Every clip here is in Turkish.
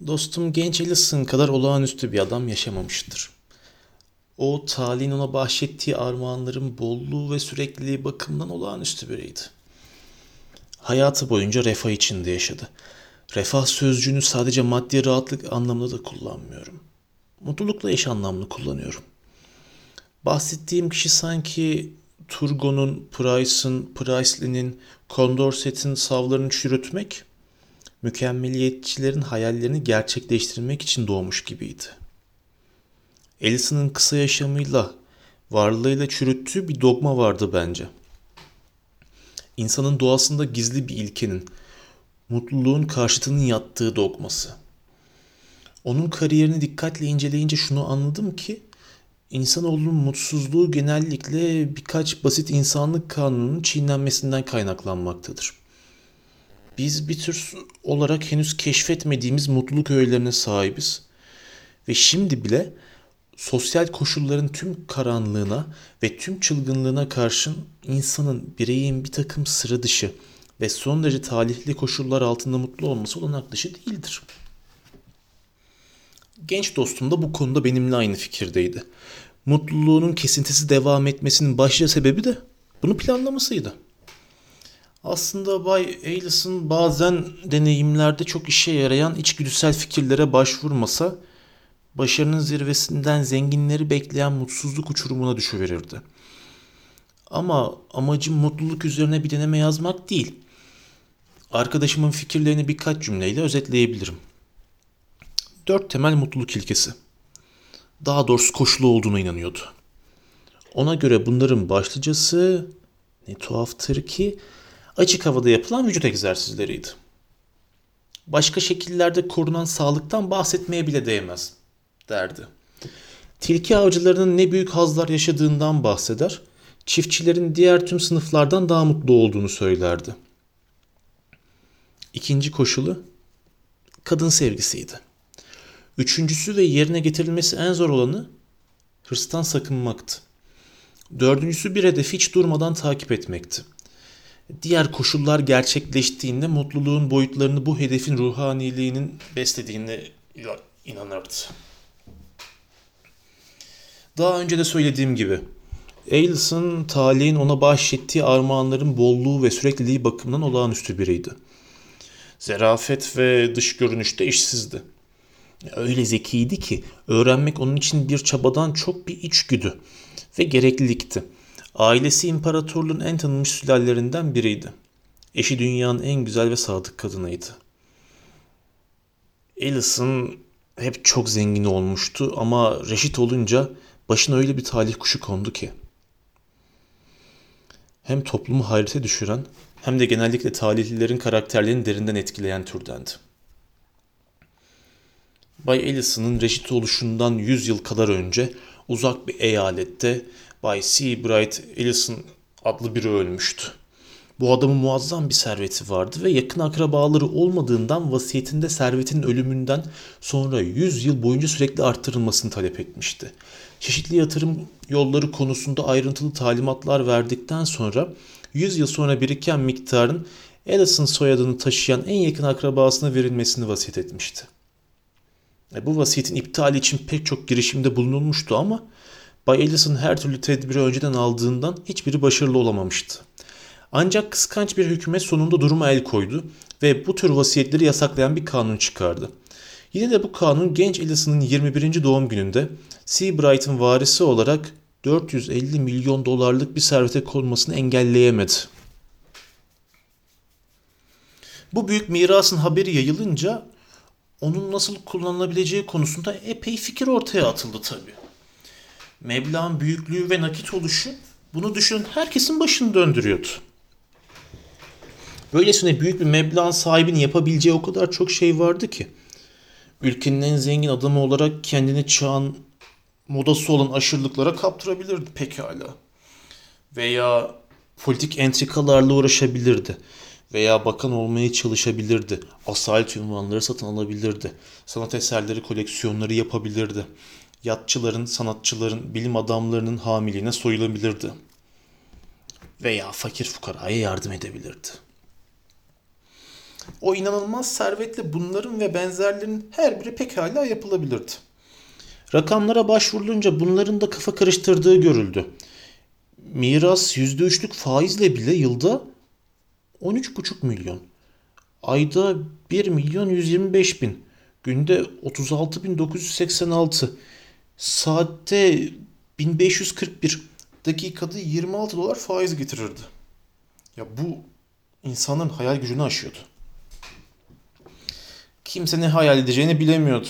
Dostum genç Ellison kadar olağanüstü bir adam yaşamamıştır. O talihin ona bahşettiği armağanların bolluğu ve sürekliliği bakımından olağanüstü biriydi. Hayatı boyunca refah içinde yaşadı. Refah sözcüğünü sadece maddi rahatlık anlamında da kullanmıyorum. Mutlulukla eş anlamlı kullanıyorum. Bahsettiğim kişi sanki Turgon'un, Price'ın, Priestley'nin, Condorcet'in savlarını çürütmek, mükemmeliyetçilerin hayallerini gerçekleştirmek için doğmuş gibiydi. Ellison'ın kısa yaşamıyla, varlığıyla çürüttüğü bir dogma vardı bence. İnsanın doğasında gizli bir ilkenin, mutluluğun karşıtının yattığı dogması. Onun kariyerini dikkatle inceleyince şunu anladım ki, insanoğlunun mutsuzluğu genellikle birkaç basit insanlık kanununun çiğnenmesinden kaynaklanmaktadır. Biz bir tür olarak henüz keşfetmediğimiz mutluluk öğelerine sahibiz ve şimdi bile sosyal koşulların tüm karanlığına ve tüm çılgınlığına karşın insanın, bireyin bir takım sıra dışı ve son derece talihli koşullar altında mutlu olması olanak dışı değildir. Genç dostum da bu konuda benimle aynı fikirdeydi. Mutluluğunun kesintisi devam etmesinin başlıca sebebi de bunu planlamasıydı. Aslında Bay Ellison bazen deneyimlerde çok işe yarayan içgüdüsel fikirlere başvurmasa başarının zirvesinden zenginleri bekleyen mutsuzluk uçurumuna düşüverirdi. Ama amacım mutluluk üzerine bir deneme yazmak değil. Arkadaşımın fikirlerini birkaç cümleyle özetleyebilirim. 4 temel mutluluk ilkesi. Daha doğrusu koşulu olduğuna inanıyordu. Ona göre bunların başlıcası ne tuhaftır ki açık havada yapılan vücut egzersizleriydi. Başka şekillerde korunan sağlıktan bahsetmeye bile değmez derdi. Tilki avcılarının ne büyük hazlar yaşadığından bahseder, çiftçilerin diğer tüm sınıflardan daha mutlu olduğunu söylerdi. İkinci koşulu kadın sevgisiydi. Üçüncüsü ve yerine getirilmesi en zor olanı hırstan sakınmaktı. Dördüncüsü bir hedefi hiç durmadan takip etmekti. Diğer koşullar gerçekleştiğinde mutluluğun boyutlarını bu hedefin ruhaniliğinin beslediğine inanırdı. Daha önce de söylediğim gibi Ellison talihin ona bahşettiği armağanların bolluğu ve sürekliliği bakımından olağanüstü biriydi. Zerafet ve dış görünüşte eşsizdi. Öyle zekiydi ki öğrenmek onun için bir çabadan çok bir içgüdü ve gereklilikti. Ailesi imparatorluğun en tanınmış sülalelerinden biriydi. Eşi dünyanın en güzel ve sadık kadınıydı. Ellison hep çok zengin olmuştu ama reşit olunca başına öyle bir talih kuşu kondu ki. Hem toplumu hayrete düşüren hem de genellikle talihlilerin karakterlerini derinden etkileyen türdendi. Bay Ellison'ın reşit oluşundan 100 yıl kadar önce uzak bir eyalette Bay Seabright Ellison adlı biri ölmüştü. Bu adamın muazzam bir serveti vardı ve yakın akrabaları olmadığından vasiyetinde servetinin ölümünden sonra 100 yıl boyunca sürekli arttırılmasını talep etmişti. Çeşitli yatırım yolları konusunda ayrıntılı talimatlar verdikten sonra 100 yıl sonra biriken miktarın Ellison soyadını taşıyan en yakın akrabasına verilmesini vasiyet etmişti. Bu vasiyetin iptali için pek çok girişimde bulunulmuştu ama Bay Ellison her türlü tedbiri önceden aldığından hiçbiri başarılı olamamıştı. Ancak kıskanç bir hükümet sonunda duruma el koydu ve bu tür vasiyetleri yasaklayan bir kanun çıkardı. Yine de bu kanun genç Ellison'ın 21. doğum gününde Seabright'ın varisi olarak 450 milyon dolarlık bir servete konmasını engelleyemedi. Bu büyük mirasın haberi yayılınca onun nasıl kullanılabileceği konusunda epey fikir ortaya atıldı tabii. Meblağın büyüklüğü ve nakit oluşu bunu düşünen herkesin başını döndürüyordu. Böylesine büyük bir meblağın sahibinin yapabileceği o kadar çok şey vardı ki. Ülkenin en zengin adamı olarak kendini çağın modası olan aşırılıklara kaptırabilirdi pekala. Veya politik entrikalarla uğraşabilirdi. Veya bakan olmaya çalışabilirdi. Asalet ünvanları satın alabilirdi. Sanat eserleri koleksiyonları yapabilirdi. Yatçıların, sanatçıların, bilim adamlarının hamiliğine soyulabilirdi. Veya fakir fukaraya yardım edebilirdi. O inanılmaz servetle bunların ve benzerlerinin her biri pekala yapılabilirdi. Rakamlara başvurulunca bunların da kafa karıştırdığı görüldü. Miras %3'lük faizle bile yılda 13,5 milyon. Ayda 1.125.000. Günde 36.986. Saatte 1541. Dakikada 26 dolar faiz getirirdi. Ya bu insanın hayal gücünü aşıyordu. Kimse ne hayal edeceğini bilemiyordu.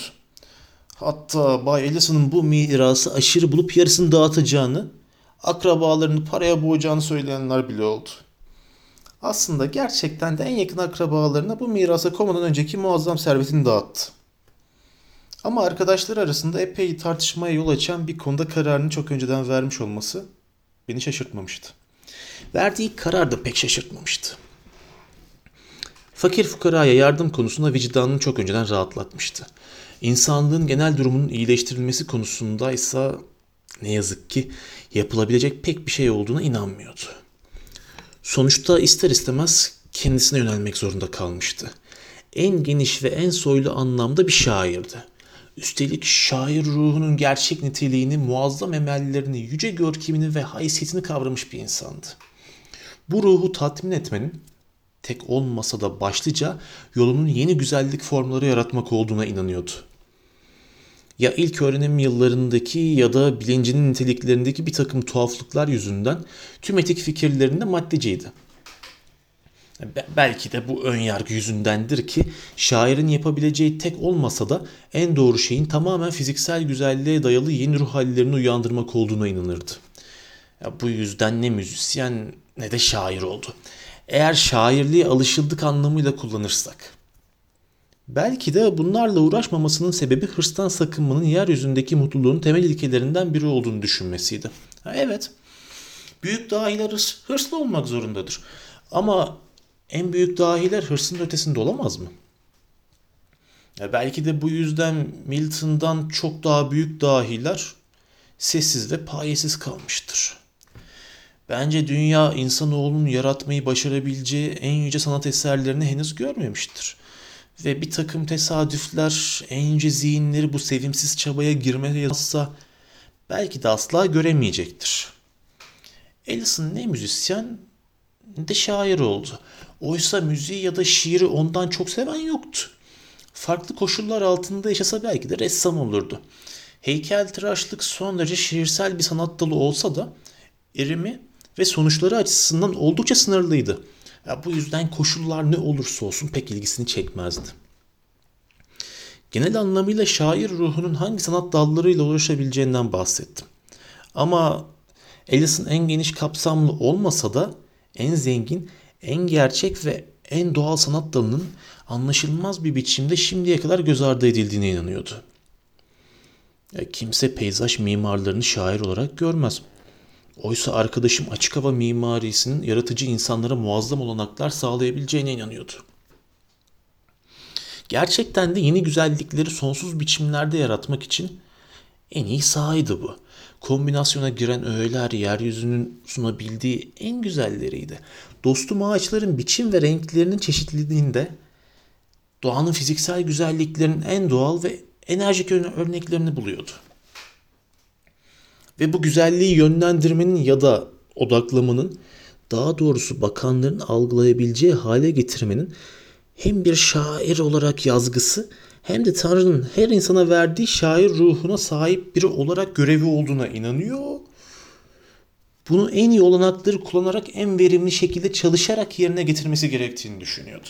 Hatta Bay Ellison'ın bu mirası aşırı bulup yarısını dağıtacağını, akrabalarını paraya boğacağını söyleyenler bile oldu. Aslında gerçekten de en yakın akrabalarına bu mirasa koymadan önceki muazzam servetini dağıttı. Ama arkadaşları arasında epey tartışmaya yol açan bir konuda kararını çok önceden vermiş olması beni şaşırtmamıştı. Verdiği karar da pek şaşırtmamıştı. Fakir fukaraya yardım konusunda vicdanını çok önceden rahatlatmıştı. İnsanlığın genel durumunun iyileştirilmesi konusunda ise ne yazık ki yapılabilecek pek bir şey olduğuna inanmıyordu. Sonuçta ister istemez kendisine yönelmek zorunda kalmıştı. En geniş ve en soylu anlamda bir şairdi. Üstelik şair ruhunun gerçek niteliğini, muazzam emellerini, yüce görkemini ve haysiyetini kavramış bir insandı. Bu ruhu tatmin etmenin, tek olmasa da başlıca yolunun yeni güzellik formları yaratmak olduğuna inanıyordu. Ya ilk öğrenim yıllarındaki ya da bilincinin niteliklerindeki bir takım tuhaflıklar yüzünden tüm etik fikirlerinde maddeciydi. Belki de bu önyargı yüzündendir ki şairin yapabileceği tek olmasa da en doğru şeyin tamamen fiziksel güzelliğe dayalı yeni ruh hallerini uyandırmak olduğuna inanırdı. Ya bu yüzden ne müzisyen ne de şair oldu. Eğer şairliği alışıldık anlamıyla kullanırsak. Belki de bunlarla uğraşmamasının sebebi hırstan sakınmanın yeryüzündeki mutluluğun temel ilkelerinden biri olduğunu düşünmesiydi. Evet, büyük dahiler hırslı olmak zorundadır. Ama en büyük dahiler hırsın ötesinde olamaz mı? Belki de bu yüzden Milton'dan çok daha büyük dahiler sessiz ve payesiz kalmıştır. Bence dünya insanoğlunun yaratmayı başarabileceği en yüce sanat eserlerini henüz görmemiştir. Ve bir takım tesadüfler en yüce zihinleri bu sevimsiz çabaya girmeye yazsa belki de asla göremeyecektir. Ellison ne müzisyen ne de şair oldu. Oysa müziği ya da şiiri ondan çok seven yoktu. Farklı koşullar altında yaşasa belki de ressam olurdu. Heykeltıraşlık son derece şiirsel bir sanat dalı olsa da erimi ve sonuçları açısından oldukça sınırlıydı. Bu yüzden koşullar ne olursa olsun pek ilgisini çekmezdi. Genel anlamıyla şair ruhunun hangi sanat dallarıyla uğraşabileceğinden bahsettim. Ama Ellison en geniş kapsamlı olmasa da en zengin, en gerçek ve en doğal sanat dalının anlaşılmaz bir biçimde şimdiye kadar göz ardı edildiğine inanıyordu. Kimse peyzaj mimarlarını şair olarak görmez. Oysa arkadaşım açık hava mimarisinin yaratıcı insanlara muazzam olanaklar sağlayabileceğine inanıyordu. Gerçekten de yeni güzellikleri sonsuz biçimlerde yaratmak için en iyi sahaydı bu. Kombinasyona giren öğeler yeryüzünün sunabildiği en güzelleriydi. Dostum ağaçların biçim ve renklerinin çeşitliliğinde doğanın fiziksel güzelliklerinin en doğal ve enerjik örneklerini buluyordu. Ve bu güzelliği yönlendirmenin ya da odaklamanın, daha doğrusu bakanların algılayabileceği hale getirmenin hem bir şair olarak yazgısı hem de Tanrı'nın her insana verdiği şair ruhuna sahip biri olarak görevi olduğuna inanıyor. Bunu en iyi olanakları kullanarak en verimli şekilde çalışarak yerine getirmesi gerektiğini düşünüyordu.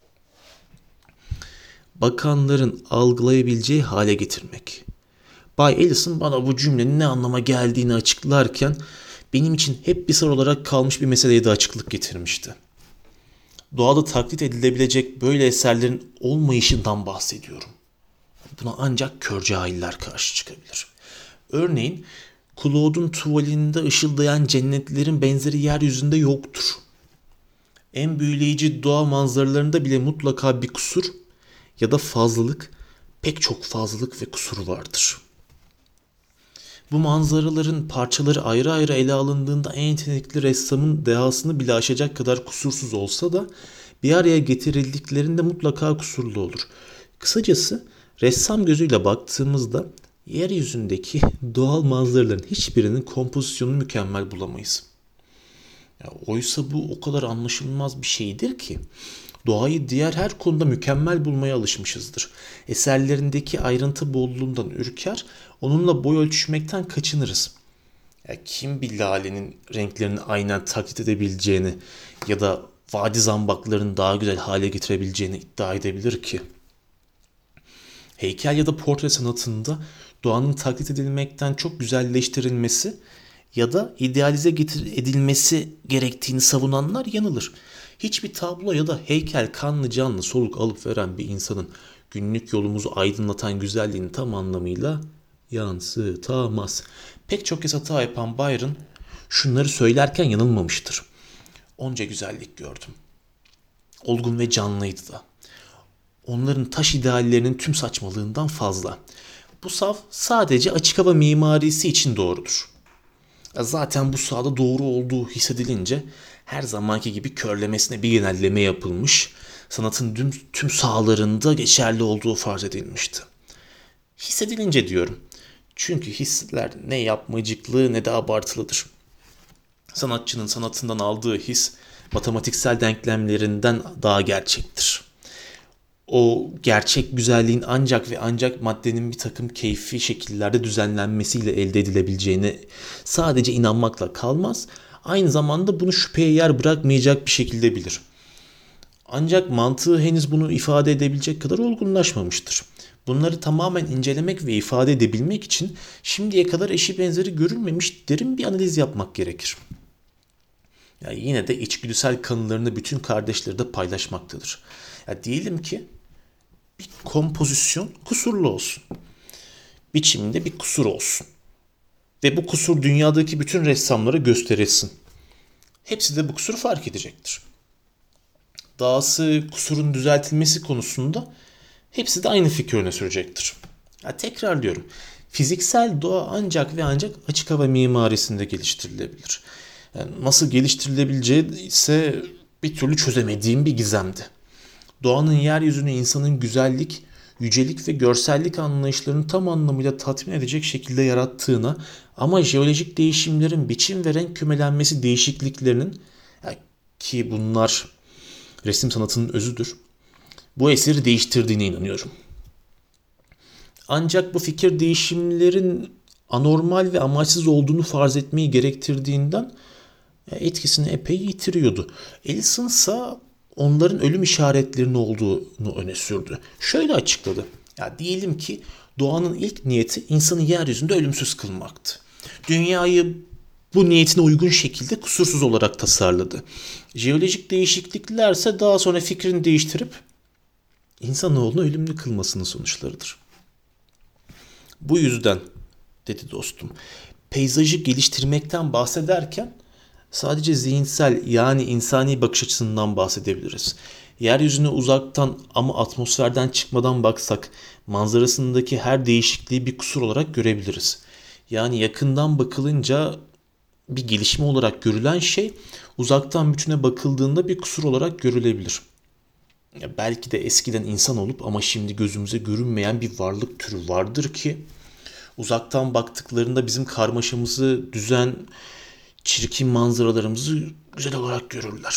Bakanların algılayabileceği hale getirmek. Bay Ellison bana bu cümlenin ne anlama geldiğini açıklarken benim için hep bir sır olarak kalmış bir meseleye de açıklık getirmişti. Doğada taklit edilebilecek böyle eserlerin olmayışından bahsediyorum. Buna ancak kör cahiller karşı çıkabilir. Örneğin Claude'un tuvalinde ışıldayan cennetlerin benzeri yeryüzünde yoktur. En büyüleyici doğa manzaralarında bile mutlaka bir kusur ya da fazlalık, pek çok fazlalık ve kusur vardır. Bu manzaraların parçaları ayrı ayrı ele alındığında en yetenekli ressamın dehasını bile aşacak kadar kusursuz olsa da bir araya getirildiklerinde mutlaka kusurlu olur. Kısacası ressam gözüyle baktığımızda yeryüzündeki doğal manzaraların hiçbirinin kompozisyonunu mükemmel bulamayız. Oysa bu o kadar anlaşılmaz bir şeydir ki doğayı diğer her konuda mükemmel bulmaya alışmışızdır. Eserlerindeki ayrıntı bolluğundan ürker, onunla boy ölçüşmekten kaçınırız. Kim bir lalenin renklerini aynen taklit edebileceğini ya da vadi zambaklarını daha güzel hale getirebileceğini iddia edebilir ki? Heykel ya da portre sanatında doğanın taklit edilmekten çok güzelleştirilmesi ya da idealize edilmesi gerektiğini savunanlar yanılır. Hiçbir tablo ya da heykel kanlı canlı soluk alıp veren bir insanın günlük yolumuzu aydınlatan güzelliğini tam anlamıyla yansıtamaz. Pek çok kez hata yapan Byron şunları söylerken yanılmamıştır. Onca güzellik gördüm. Olgun ve canlıydı da. Onların taş ideallerinin tüm saçmalığından fazla. Bu saf sadece açık hava mimarisi için doğrudur. Zaten bu sahada doğru olduğu hissedilince her zamanki gibi körlemesine bir genelleme yapılmış, sanatın tüm sahalarında geçerli olduğu farz edilmişti. Hissedilince diyorum. Çünkü hisler ne yapmacıklı ne de abartılıdır. Sanatçının sanatından aldığı his matematiksel denklemlerinden daha gerçektir. O gerçek güzelliğin ancak ve ancak maddenin bir takım keyfi şekillerde düzenlenmesiyle elde edilebileceğine sadece inanmakla kalmaz, aynı zamanda bunu şüpheye yer bırakmayacak bir şekilde bilir. Ancak mantığı henüz bunu ifade edebilecek kadar olgunlaşmamıştır. Bunları tamamen incelemek ve ifade edebilmek için şimdiye kadar eşi benzeri görülmemiş derin bir analiz yapmak gerekir. Yine de içgüdüsel kanılarını bütün kardeşleri de paylaşmaktadır. Diyelim ki bir kompozisyon kusurlu olsun. Biçiminde bir kusur olsun. Ve bu kusur dünyadaki bütün ressamlara gösterilsin. Hepsi de bu kusuru fark edecektir. Dahası kusurun düzeltilmesi konusunda hepsi de aynı fikri öne sürecektir. Tekrar diyorum. Fiziksel doğa ancak ve ancak açık hava mimarisinde geliştirilebilir. Nasıl geliştirilebileceği ise bir türlü çözemediğim bir gizemdi. Doğanın yeryüzünü insanın güzellik, yücelik ve görsellik anlayışlarını tam anlamıyla tatmin edecek şekilde yarattığına ama jeolojik değişimlerin biçim ve renk kümelenmesi değişikliklerinin ki bunlar resim sanatının özüdür, bu eseri değiştirdiğine inanıyorum. Ancak bu fikir değişimlerin anormal ve amaçsız olduğunu farz etmeyi gerektirdiğinden etkisini epey yitiriyordu. Ellison ise onların ölüm işaretlerinin olduğunu öne sürdü. Şöyle açıkladı. Diyelim ki doğanın ilk niyeti insanı yeryüzünde ölümsüz kılmaktı. Dünyayı bu niyetine uygun şekilde kusursuz olarak tasarladı. Jeolojik değişikliklerse daha sonra fikrini değiştirip insanoğlunu ölümlü kılmasının sonuçlarıdır. Bu yüzden, dedi dostum, peyzajı geliştirmekten bahsederken sadece zihinsel yani insani bakış açısından bahsedebiliriz. Yeryüzüne uzaktan ama atmosferden çıkmadan baksak manzarasındaki her değişikliği bir kusur olarak görebiliriz. Yani yakından bakılınca bir gelişme olarak görülen şey uzaktan bütüne bakıldığında bir kusur olarak görülebilir. Belki de eskiden insan olup ama şimdi gözümüze görünmeyen bir varlık türü vardır ki uzaktan baktıklarında bizim karmaşamızı, düzen, çirkin manzaralarımızı güzel olarak görürler.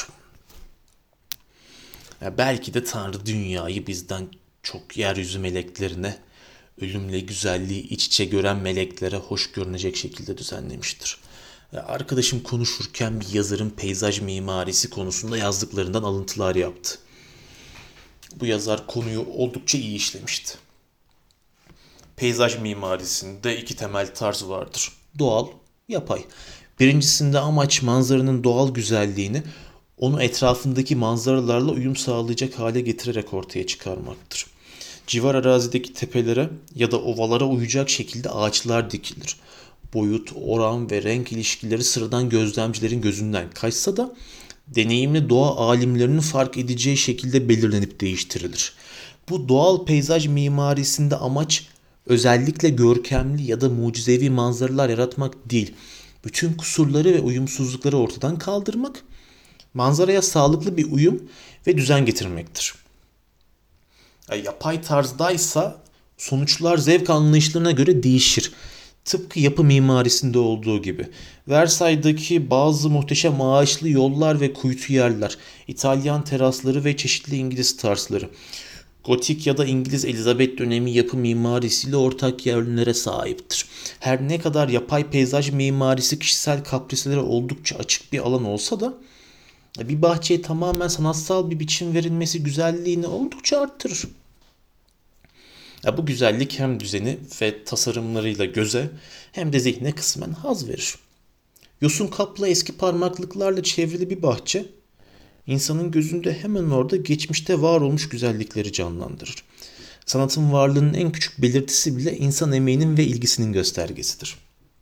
Belki de Tanrı dünyayı bizden çok yeryüzü meleklerine, ölümle güzelliği iç içe gören meleklere hoş görünecek şekilde düzenlemiştir. Arkadaşım konuşurken bir yazarın peyzaj mimarisi konusunda yazdıklarından alıntılar yaptı. Bu yazar konuyu oldukça iyi işlemişti. Peyzaj mimarisinde iki temel tarz vardır. Doğal, yapay. Birincisinde amaç manzaranın doğal güzelliğini onu etrafındaki manzaralarla uyum sağlayacak hale getirerek ortaya çıkarmaktır. Civar arazideki tepelere ya da ovalara uyacak şekilde ağaçlar dikilir. Boyut, oran ve renk ilişkileri sıradan gözlemcilerin gözünden kaçsa da deneyimli doğa alimlerinin fark edeceği şekilde belirlenip değiştirilir. Bu doğal peyzaj mimarisinde amaç özellikle görkemli ya da mucizevi manzaralar yaratmak değil, bütün kusurları ve uyumsuzlukları ortadan kaldırmak manzaraya sağlıklı bir uyum ve düzen getirmektir. Yapay tarzdaysa sonuçlar zevk anlayışlarına göre değişir. Tıpkı yapı mimarisinde olduğu gibi. Versailles'daki bazı muhteşem ağaçlı yollar ve kuytu yerler, İtalyan terasları ve çeşitli İngiliz tarzları, Gotik ya da İngiliz Elizabeth dönemi yapı mimarisiyle ortak yönlere sahiptir. Her ne kadar yapay peyzaj mimarisi kişisel kaprislere oldukça açık bir alan olsa da bir bahçeye tamamen sanatsal bir biçim verilmesi güzelliğini oldukça arttırır. Bu güzellik hem düzeni ve tasarımlarıyla göze hem de zihne kısmen haz verir. Yosun kaplı eski parmaklıklarla çevrili bir bahçe, insanın gözünde hemen orada geçmişte var olmuş güzellikleri canlandırır. Sanatın varlığının en küçük belirtisi bile insan emeğinin ve ilgisinin göstergesidir.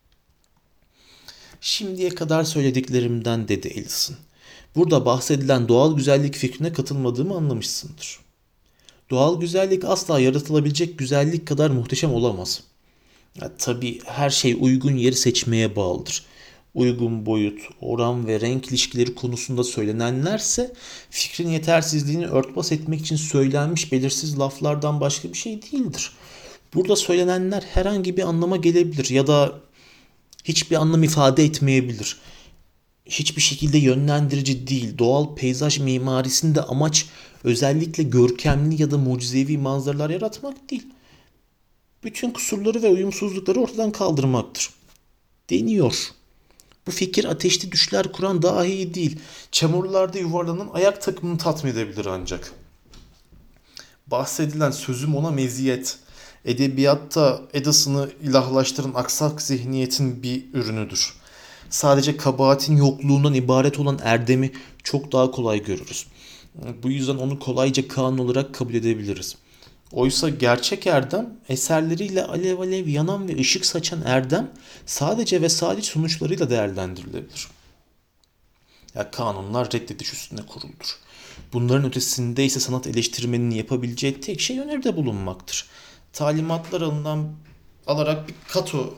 Şimdiye kadar söylediklerimden dedi Ellison. Burada bahsedilen doğal güzellik fikrine katılmadığımı anlamışsındır. Doğal güzellik asla yaratılabilecek güzellik kadar muhteşem olamaz. Tabii her şey uygun yeri seçmeye bağlıdır. Uygun boyut, oran ve renk ilişkileri konusunda söylenenlerse fikrin yetersizliğini örtbas etmek için söylenmiş belirsiz laflardan başka bir şey değildir. Burada söylenenler herhangi bir anlama gelebilir ya da hiçbir anlam ifade etmeyebilir. Hiçbir şekilde yönlendirici değil. Doğal peyzaj mimarisinde amaç özellikle görkemli ya da mucizevi manzaralar yaratmak değil. Bütün kusurları ve uyumsuzlukları ortadan kaldırmaktır. Deniyor. Bu fikir ateşli düşler kuran dahi değil. Çamurlarda yuvarlanan ayak takımını tatmin edebilir ancak. Bahsedilen sözüm ona meziyet. Edebiyatta Edison'ı ilahlaştıran aksak zihniyetin bir ürünüdür. Sadece kabahatin yokluğundan ibaret olan erdemi çok daha kolay görürüz. Bu yüzden onu kolayca kanun olarak kabul edebiliriz. Oysa gerçek erdem, eserleriyle alev alev yanan ve ışık saçan erdem sadece ve sadece sonuçlarıyla değerlendirilebilir. Kanunlar reddediş üstüne kuruludur. Bunların ötesinde ise sanat eleştirmeninin yapabileceği tek şey öneride bulunmaktır. Talimatlar alarak bir kato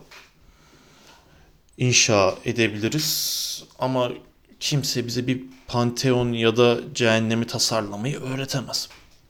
inşa edebiliriz ama kimse bize bir panteon ya da cehennemi tasarlamayı öğretemez.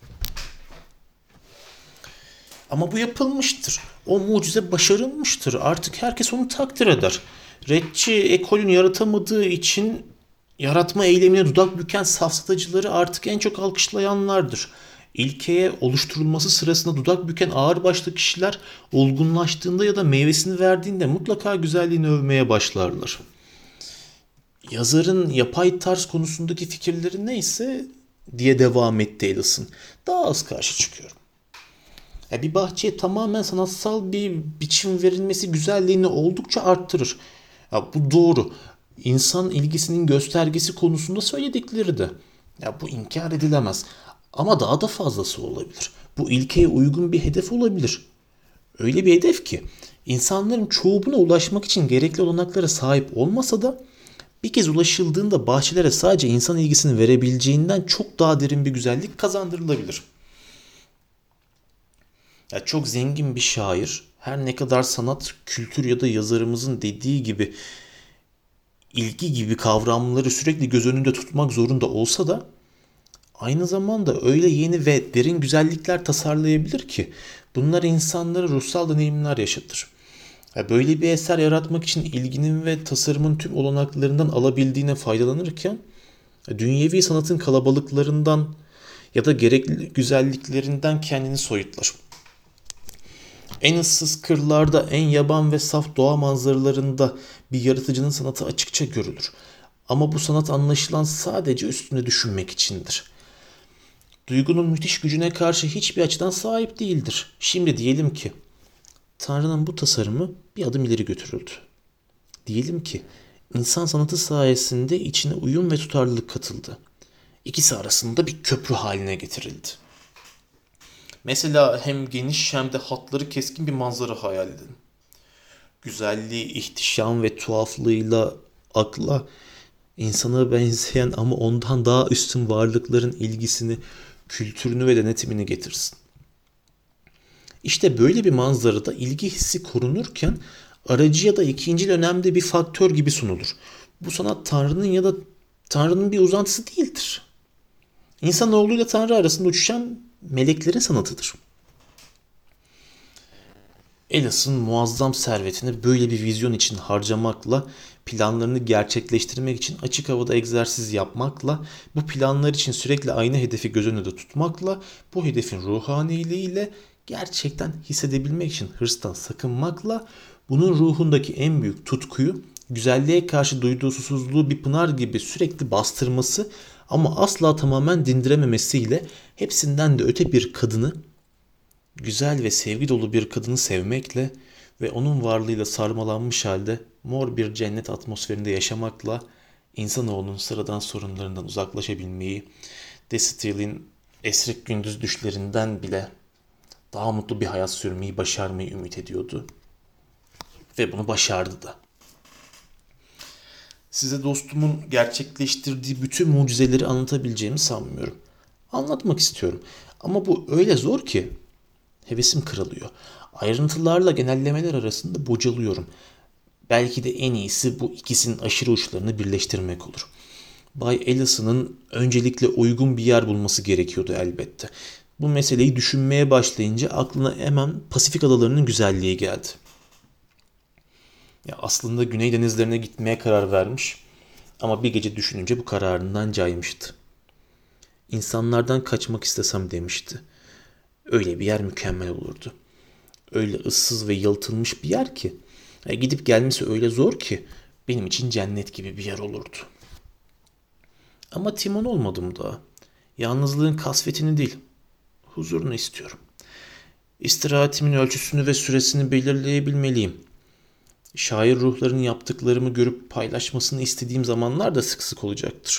Ama bu yapılmıştır. O mucize başarılmıştır. Artık herkes onu takdir eder. Retçi ekolün yaratamadığı için yaratma eylemine dudak büken safsatacıları artık en çok alkışlayanlardır. İlkeye oluşturulması sırasında dudak büken ağırbaşlı kişiler olgunlaştığında ya da meyvesini verdiğinde mutlaka güzelliğini övmeye başlarlar. Yazarın yapay tarz konusundaki fikirleri neyse diye devam etti Ellison. Daha az karşı çıkıyorum. Bir bahçeye tamamen sanatsal bir biçim verilmesi güzelliğini oldukça arttırır. Bu doğru. İnsan ilgisinin göstergesi konusunda söyledikleri de. Bu inkar edilemez. Ama daha da fazlası olabilir. Bu ilkeye uygun bir hedef olabilir. Öyle bir hedef ki insanların çoğu buna ulaşmak için gerekli olanaklara sahip olmasa da bir kez ulaşıldığında bahçelere sadece insan ilgisini verebileceğinden çok daha derin bir güzellik kazandırılabilir. Çok zengin bir şair, her ne kadar sanat, kültür ya da yazarımızın dediği gibi ilgi gibi kavramları sürekli göz önünde tutmak zorunda olsa da aynı zamanda öyle yeni ve derin güzellikler tasarlayabilir ki bunlar insanlara ruhsal deneyimler yaşatır. Böyle bir eser yaratmak için ilginin ve tasarımın tüm olanaklarından alabildiğine faydalanırken dünyevi sanatın kalabalıklarından ya da gerekli güzelliklerinden kendini soyutlar. En ıssız kırlarda, en yaban ve saf doğa manzaralarında bir yaratıcının sanatı açıkça görülür. Ama bu sanat anlaşılan sadece üstüne düşünmek içindir. Duygunun müthiş gücüne karşı hiçbir açıdan sahip değildir. Şimdi diyelim ki Tanrı'nın bu tasarımı bir adım ileri götürüldü. Diyelim ki insan sanatı sayesinde içine uyum ve tutarlılık katıldı. İkisi arasında bir köprü haline getirildi. Mesela hem geniş hem de hatları keskin bir manzara hayal edin. Güzelliği, ihtişam ve tuhaflığıyla akla insana benzeyen ama ondan daha üstün varlıkların ilgisini, kültürünü ve denetimini getirsin. İşte böyle bir manzarada ilgi hissi korunurken aracı ya da ikincil önemli bir faktör gibi sunulur. Bu sanat Tanrı'nın ya da Tanrı'nın bir uzantısı değildir. İnsanoğluyla Tanrı arasında uçuşan meleklerin sanatıdır. Ellis'ın muazzam servetini böyle bir vizyon için harcamakla, planlarını gerçekleştirmek için açık havada egzersiz yapmakla, bu planlar için sürekli aynı hedefi göz önünde tutmakla, bu hedefin ruhaniliğiyle gerçekten hissedebilmek için hırstan sakınmakla, bunun ruhundaki en büyük tutkuyu, güzelliğe karşı duyduğu susuzluğu bir pınar gibi sürekli bastırması ama asla tamamen dindirememesiyle hepsinden de öte bir kadını, güzel ve sevgi dolu bir kadını sevmekle ve onun varlığıyla sarmalanmış halde mor bir cennet atmosferinde yaşamakla insanoğlunun sıradan sorunlarından uzaklaşabilmeyi, Destil'in esrik gündüz düşlerinden bile daha mutlu bir hayat sürmeyi başarmayı ümit ediyordu. Ve bunu başardı da. Size dostumun gerçekleştirdiği bütün mucizeleri anlatabileceğimi sanmıyorum. Anlatmak istiyorum. Ama bu öyle zor ki hevesim kırılıyor. Ayrıntılarla genellemeler arasında bocalıyorum. Belki de en iyisi bu ikisinin aşırı uçlarını birleştirmek olur. Bay Ellison'ın öncelikle uygun bir yer bulması gerekiyordu elbette. Bu meseleyi düşünmeye başlayınca aklına hemen Pasifik adalarının güzelliği geldi. Ya aslında Güney denizlerine gitmeye karar vermiş ama bir gece düşününce bu kararından caymıştı. İnsanlardan kaçmak istesem demişti. Öyle bir yer mükemmel olurdu. Öyle ıssız ve yalıtılmış bir yer ki, gidip gelmesi öyle zor ki benim için cennet gibi bir yer olurdu. Ama Timon olmadım daha. Yalnızlığın kasvetini değil, huzurunu istiyorum. İstirahatimin ölçüsünü ve süresini belirleyebilmeliyim. Şair ruhların yaptıklarımı görüp paylaşmasını istediğim zamanlar da sık sık olacaktır.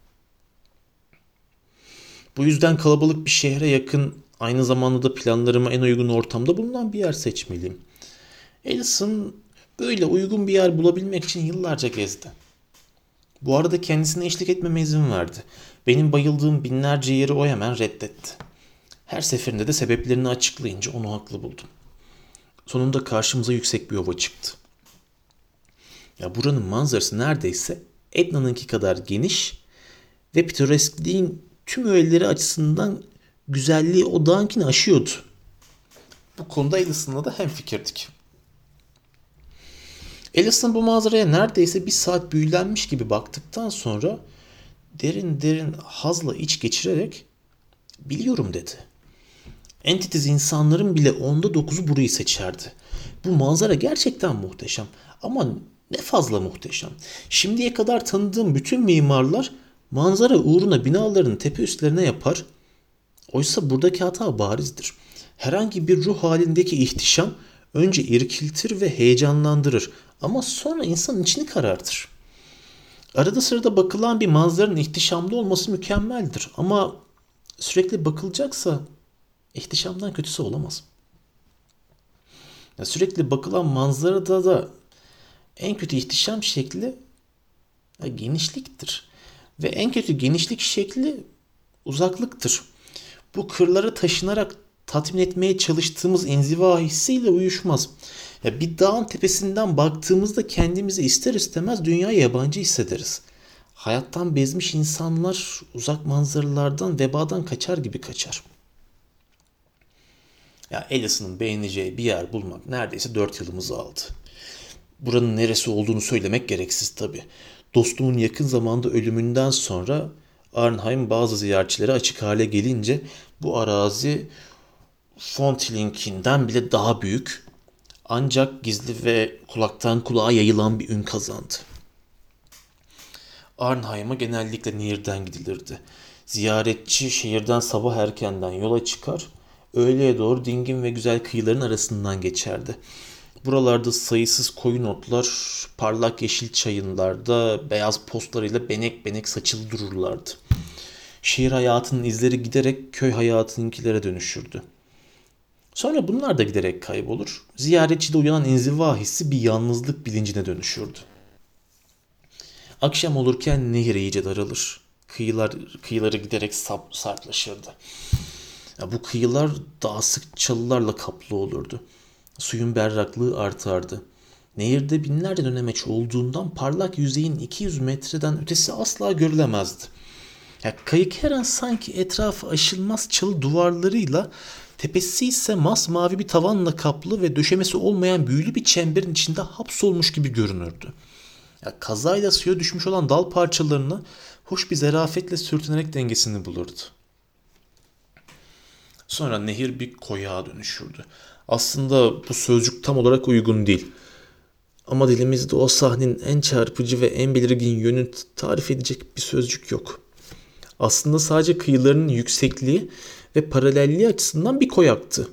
Bu yüzden kalabalık bir şehre yakın, aynı zamanda da planlarıma en uygun ortamda bulunan bir yer seçmeliyim. Ellison böyle uygun bir yer bulabilmek için yıllarca gezdi. Bu arada kendisine eşlik etmeme izin verdi. Benim bayıldığım binlerce yeri o hemen reddetti. Her seferinde de sebeplerini açıklayınca onu haklı buldum. Sonunda karşımıza yüksek bir ova çıktı. Ya buranın manzarası neredeyse Etna'nınki kadar geniş ve pitoreskliğin tüm öğeleri açısından güzelliği o dağınkini aşıyordu. Bu konuda Ellison'la da hemfikirdik. Ellison bu manzaraya neredeyse bir saat büyülenmiş gibi baktıktan sonra derin derin hazla iç geçirerek biliyorum dedi. Entitiz insanların bile 9'u burayı seçerdi. Bu manzara gerçekten muhteşem ama ne fazla muhteşem. Şimdiye kadar tanıdığım bütün mimarlar manzara uğruna binalarını tepe üstlerine yapar. Oysa buradaki hata barizdir. Herhangi bir ruh halindeki ihtişam önce irkiltir ve heyecanlandırır ama sonra insanın içini karartır. Arada sırada bakılan bir manzaranın ihtişamlı olması mükemmeldir ama sürekli bakılacaksa ihtişamdan kötüsü olamaz. Sürekli bakılan manzarada da en kötü ihtişam şekli genişliktir. Ve en kötü genişlik şekli uzaklıktır. Bu kırlara taşınarak tatmin etmeye çalıştığımız inziva hissiyle uyuşmaz. Bir dağın tepesinden baktığımızda kendimizi ister istemez dünyaya yabancı hissederiz. Hayattan bezmiş insanlar uzak manzaralardan, vebadan kaçar gibi kaçar. Ellison'ın beğeneceği bir yer bulmak neredeyse 4 yılımızı aldı. Buranın neresi olduğunu söylemek gereksiz tabii. Dostumun yakın zamanda ölümünden sonra Arnhem bazı ziyaretçilere açık hale gelince bu arazi Fontlink'inden bile daha büyük, ancak gizli ve kulaktan kulağa yayılan bir ün kazandı. Arnhem'a genellikle nehirden gidilirdi. Ziyaretçi şehirden sabah erkenden yola çıkar, öğleye doğru dingin ve güzel kıyıların arasından geçerdi. Buralarda sayısız koyun otlar, parlak yeşil çayınlarda beyaz postlarıyla benek benek saçılı dururlardı. Şehir hayatının izleri giderek köy hayatınınkilere dönüşürdü. Sonra bunlar da giderek kaybolur. Ziyaretçide uyanan inziva hissi bir yalnızlık bilincine dönüşürdü. Akşam olurken nehir iyice daralır. Kıyıları giderek sarplaşırdı. Bu kıyılar daha sık çalılarla kaplı olurdu. Suyun berraklığı artardı. Nehirde binlerce dönemeç olduğundan parlak yüzeyin 200 metreden ötesi asla görülemezdi. Ya kayık her an sanki etrafı aşılmaz çalı duvarlarıyla, tepesi ise masmavi bir tavanla kaplı ve döşemesi olmayan büyülü bir çemberin içinde hapsolmuş gibi görünürdü. Ya kazayla suya düşmüş olan dal parçalarını hoş bir zarafetle sürtünerek dengesini bulurdu. Sonra nehir bir koyağa dönüşürdü. Aslında bu sözcük tam olarak uygun değil. Ama dilimizde o sahnenin en çarpıcı ve en belirgin yönünü tarif edecek bir sözcük yok. Aslında sadece kıyılarının yüksekliği ve paralelliği açısından bir koyaktı.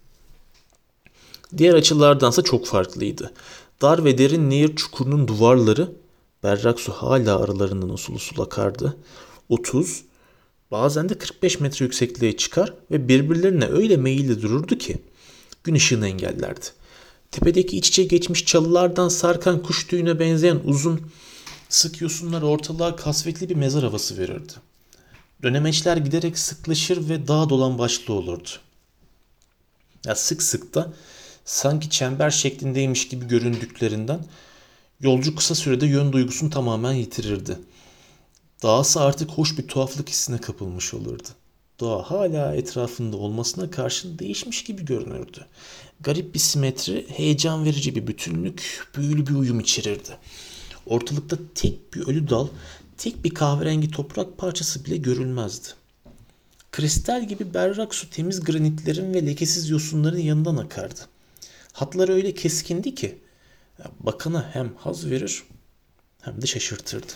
Diğer açılardansa çok farklıydı. Dar ve derin nehir çukurunun duvarları, berrak su hala aralarından usul usul akardı. 30, bazen de 45 metre yüksekliğe çıkar ve birbirlerine öyle meyilli dururdu ki gün ışığını engellerdi. Tepedeki iç içe geçmiş çalılardan sarkan kuş tüyüne benzeyen uzun, sık yosunlar ortalığa kasvetli bir mezar havası verirdi. Dönemeçler giderek sıklaşır ve daha dolambaçlı olurdu. Ya sık sık da sanki çember şeklindeymiş gibi göründüklerinden yolcu kısa sürede yön duygusunu tamamen yitirirdi. Dahası artık hoş bir tuhaflık hissine kapılmış olurdu. Doğa hala etrafında olmasına karşın değişmiş gibi görünürdü. Garip bir simetri, heyecan verici bir bütünlük, büyülü bir uyum içerirdi. Ortalıkta tek bir ölü dal, tek bir kahverengi toprak parçası bile görülmezdi. Kristal gibi berrak su temiz granitlerin ve lekesiz yosunların yanından akardı. Hatları öyle keskindi ki bakana hem haz verir hem de şaşırtırdı.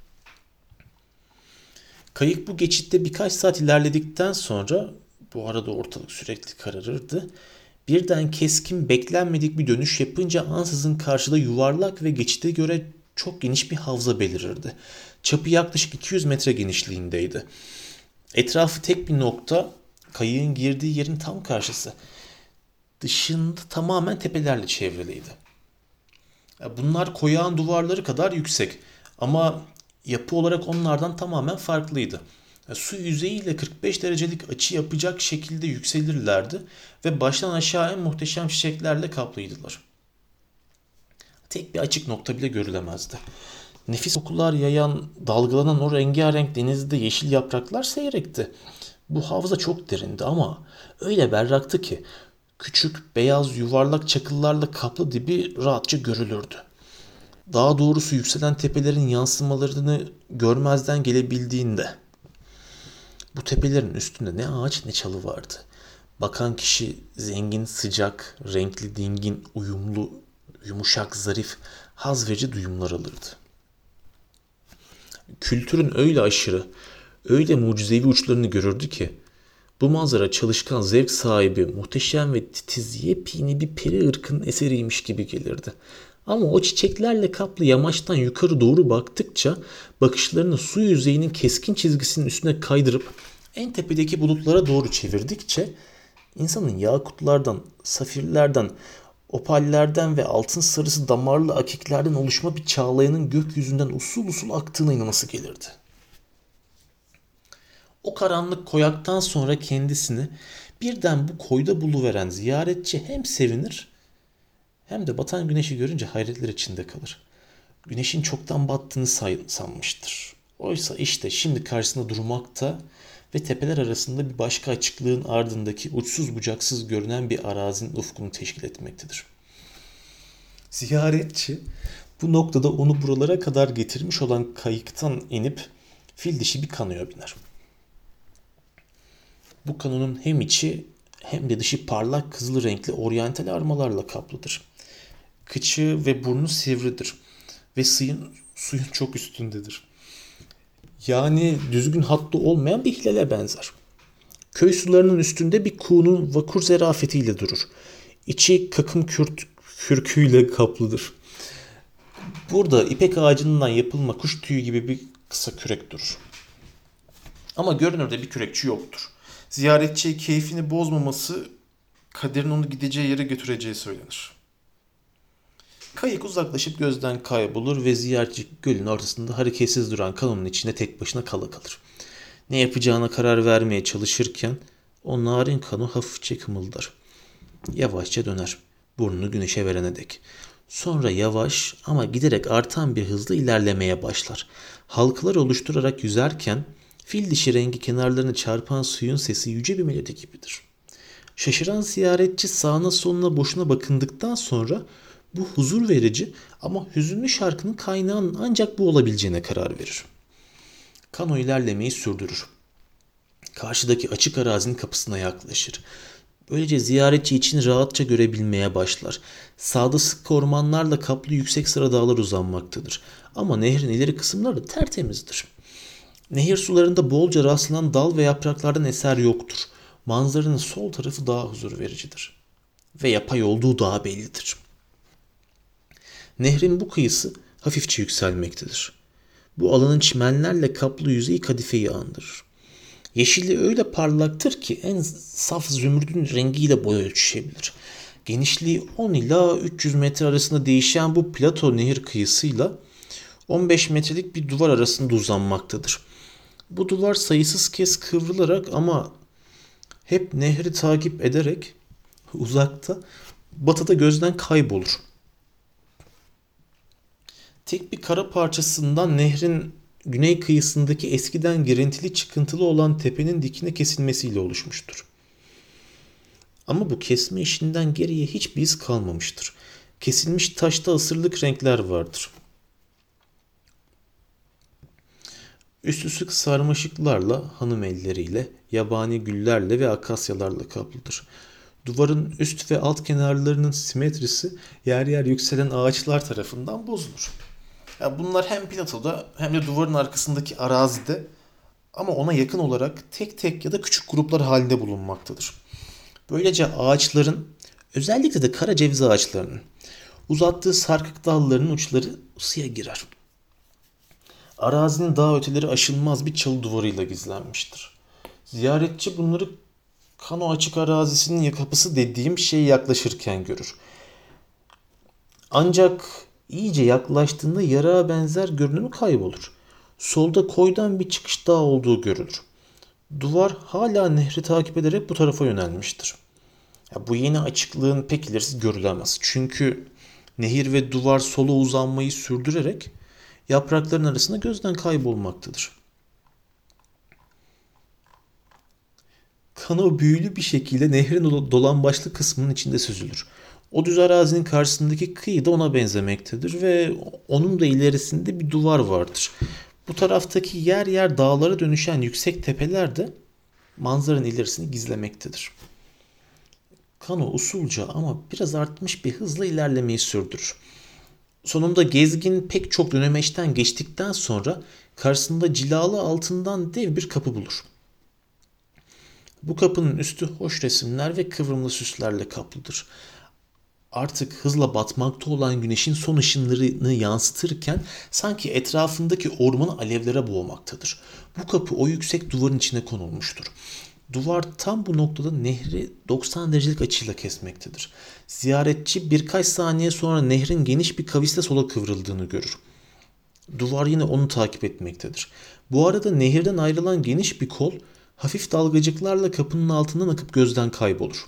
Kayık bu geçitte birkaç saat ilerledikten sonra, bu arada ortalık sürekli kararırdı, birden keskin beklenmedik bir dönüş yapınca ansızın karşıda yuvarlak ve geçite göre çok geniş bir havza belirirdi. Çapı yaklaşık 200 metre genişliğindeydi. Etrafı tek bir nokta, kayığın girdiği yerin tam karşısı. Dışında tamamen tepelerle çevriliydi. Bunlar koyağın duvarları kadar yüksek ama yapı olarak onlardan tamamen farklıydı. Su yüzeyiyle 45 derecelik açı yapacak şekilde yükselirlerdi ve baştan aşağı en muhteşem çiçeklerle kaplıydılar. Tek bir açık nokta bile görülemezdi. Nefis kokular yayan, dalgalanan o rengarenk denizde yeşil yapraklar seyrekti. Bu havza çok derindi ama öyle berraktı ki küçük, beyaz, yuvarlak çakıllarla kaplı dibi rahatça görülürdü. Daha doğrusu yükselen tepelerin yansımalarını görmezden gelebildiğinde. Bu tepelerin üstünde ne ağaç ne çalı vardı. Bakan kişi zengin, sıcak, renkli, dingin, uyumlu, yumuşak, zarif, haz verici duyumlar alırdı. Kültürün öyle aşırı, öyle mucizevi uçlarını görürdü ki bu manzara çalışkan, zevk sahibi, muhteşem ve titiz, yepyeni bir peri ırkının eseriymiş gibi gelirdi. Ama o çiçeklerle kaplı yamaçtan yukarı doğru baktıkça bakışlarını su yüzeyinin keskin çizgisinin üstüne kaydırıp en tepedeki bulutlara doğru çevirdikçe insanın yakutlardan, safirlerden, opallerden ve altın sarısı damarlı akiklerden oluşma bir çağlayanın gökyüzünden usul usul aktığına inanması gelirdi. O karanlık koyaktan sonra kendisini birden bu koyda buluveren ziyaretçi hem sevinir hem de batan güneşi görünce hayretler içinde kalır. Güneşin çoktan battığını sanmıştır. Oysa işte şimdi karşısında durmakta ve tepeler arasında bir başka açıklığın ardındaki uçsuz bucaksız görünen bir arazinin ufkunu teşkil etmektedir. Ziyaretçi bu noktada onu buralara kadar getirmiş olan kayıktan inip fil dişi bir kanoya biner. Bu kanonun hem içi hem de dışı parlak kızıl renkli oryantal armalarla kaplıdır. Kıçı ve burnu sivridir ve suyun çok üstündedir. Yani düzgün hattı olmayan bir hilale benzer. Köy sularının üstünde bir kuğunun vakur zerafetiyle durur. İçi kakım kürküyle kaplıdır. Burada ipek ağacından yapılma kuş tüyü gibi bir kısa kürek durur. Ama görünürde bir kürekçi yoktur. Ziyaretçiye keyfini bozmaması, kaderin onu gideceği yere götüreceği söylenir. Kayık uzaklaşıp gözden kaybolur ve ziyaretçi gölün ortasında hareketsiz duran kanonun içinde tek başına kala kalır. Ne yapacağına karar vermeye çalışırken o narin kano hafifçe kımıldar. Yavaşça döner, burnunu güneşe verene dek. Sonra yavaş ama giderek artan bir hızla ilerlemeye başlar. Halkalar oluşturarak yüzerken fil dişi rengi kenarlarını çarpan suyun sesi yüce bir melodi gibidir. Şaşıran ziyaretçi sağına soluna boşuna bakındıktan sonra bu huzur verici ama hüzünlü şarkının kaynağının ancak bu olabileceğine karar verir. Kano ilerlemeyi sürdürür. Karşıdaki açık arazinin kapısına yaklaşır. Böylece ziyaretçi için rahatça görebilmeye başlar. Sağda sık ormanlarla kaplı yüksek sıra dağlar uzanmaktadır. Ama nehrin ileri kısımları tertemizdir. Nehir sularında bolca rastlanan dal ve yapraklardan eser yoktur. Manzaranın sol tarafı daha huzur vericidir. Ve yapay olduğu daha bellidir. Nehrin bu kıyısı hafifçe yükselmektedir. Bu alanın çimenlerle kaplı yüzeyi kadifeyi andırır. Yeşilliği öyle parlaktır ki en saf zümrüdün rengiyle boy ölçüşebilir. Genişliği 10 ila 300 metre arasında değişen bu plato nehir kıyısıyla 15 metrelik bir duvar arasında uzanmaktadır. Bu duvar sayısız kez kıvrılarak ama hep nehri takip ederek uzakta, batıda gözden kaybolur. Tek bir kara parçasından nehrin güney kıyısındaki eskiden girintili çıkıntılı olan tepenin dikine kesilmesiyle oluşmuştur. Ama bu kesme işinden geriye hiçbir iz kalmamıştır. Kesilmiş taşta asırlık renkler vardır. Üstü sık sarmaşıklarla, hanım elleriyle, yabani güllerle ve akasyalarla kaplıdır. Duvarın üst ve alt kenarlarının simetrisi yer yer yükselen ağaçlar tarafından bozulur. Ya bunlar hem platoda hem de duvarın arkasındaki arazide ama ona yakın olarak tek tek ya da küçük gruplar halinde bulunmaktadır. Böylece ağaçların, özellikle de kara ceviz ağaçlarının uzattığı sarkık dallarının uçları suya girer. Arazinin daha öteleri aşılmaz bir çalı duvarıyla gizlenmiştir. Ziyaretçi bunları Kano açık arazisinin kapısı dediğim şeye yaklaşırken görür. Ancak iyice yaklaştığında yarığa benzer görünümü kaybolur. Solda koydan bir çıkış daha olduğu görülür. Duvar hala nehri takip ederek bu tarafa yönelmiştir. Bu yeni açıklığın pek ilerisi görülemez. Çünkü nehir ve duvar sola uzanmayı sürdürerek yaprakların arasında gözden kaybolmaktadır. Kano büyülü bir şekilde nehrin dolambaçlı kısmının içinde süzülür. O düz arazinin karşısındaki kıyı da ona benzemektedir ve onun da ilerisinde bir duvar vardır. Bu taraftaki yer yer dağlara dönüşen yüksek tepeler de manzaranın ilerisini gizlemektedir. Kano usulca ama biraz artmış bir hızla ilerlemeyi sürdürür. Sonunda gezgin pek çok dönemeçten geçtikten sonra karşısında cilalı altından dev bir kapı bulur. Bu kapının üstü hoş resimler ve kıvrımlı süslerle kaplıdır. Artık hızla batmakta olan güneşin son ışınlarını yansıtırken sanki etrafındaki ormanı alevlere boğmaktadır. Bu kapı o yüksek duvarın içine konulmuştur. Duvar tam bu noktada nehri 90 derecelik açıyla kesmektedir. Ziyaretçi birkaç saniye sonra nehrin geniş bir kavisle sola kıvrıldığını görür. Duvar yine onu takip etmektedir. Bu arada nehirden ayrılan geniş bir kol hafif dalgacıklarla kapının altından akıp gözden kaybolur.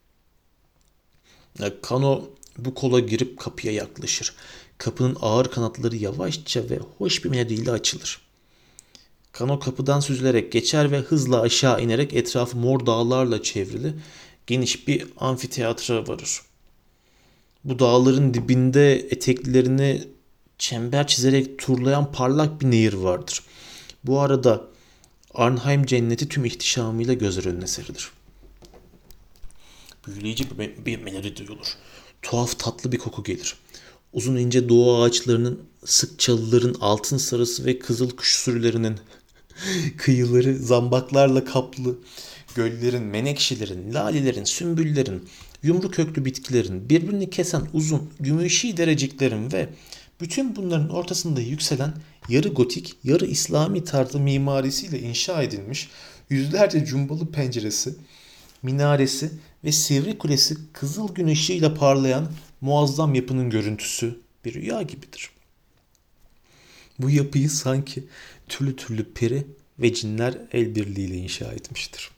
Kano bu kola girip kapıya yaklaşır. Kapının ağır kanatları yavaşça ve hoş bir melodiyle açılır. Kano kapıdan süzülerek geçer ve hızla aşağı inerek etrafı mor dağlarla çevrili geniş bir amfiteyatroya varır. Bu dağların dibinde eteklerini çember çizerek turlayan parlak bir nehir vardır. Bu arada Arnheim cenneti tüm ihtişamıyla gözler önüne serilir. Büyüleyici bir melodi duyulur. Tuhaf tatlı bir koku gelir. Uzun ince doğu ağaçlarının, sık çalıların altın sarısı ve kızıl kuş sürülerinin kıyıları zambaklarla kaplı, göllerin, menekşelerin, lalelerin, sümbüllerin, yumru köklü bitkilerin, birbirini kesen uzun, gümüşi dereciklerin ve bütün bunların ortasında yükselen yarı gotik, yarı İslami tarzı mimarisiyle inşa edilmiş yüzlerce cumbalı penceresi, minaresi ve sivri kulesi kızıl gün ışığıyla parlayan muazzam yapının görüntüsü bir rüya gibidir. Bu yapıyı sanki türlü türlü peri ve cinler el birliğiyle inşa etmiştir.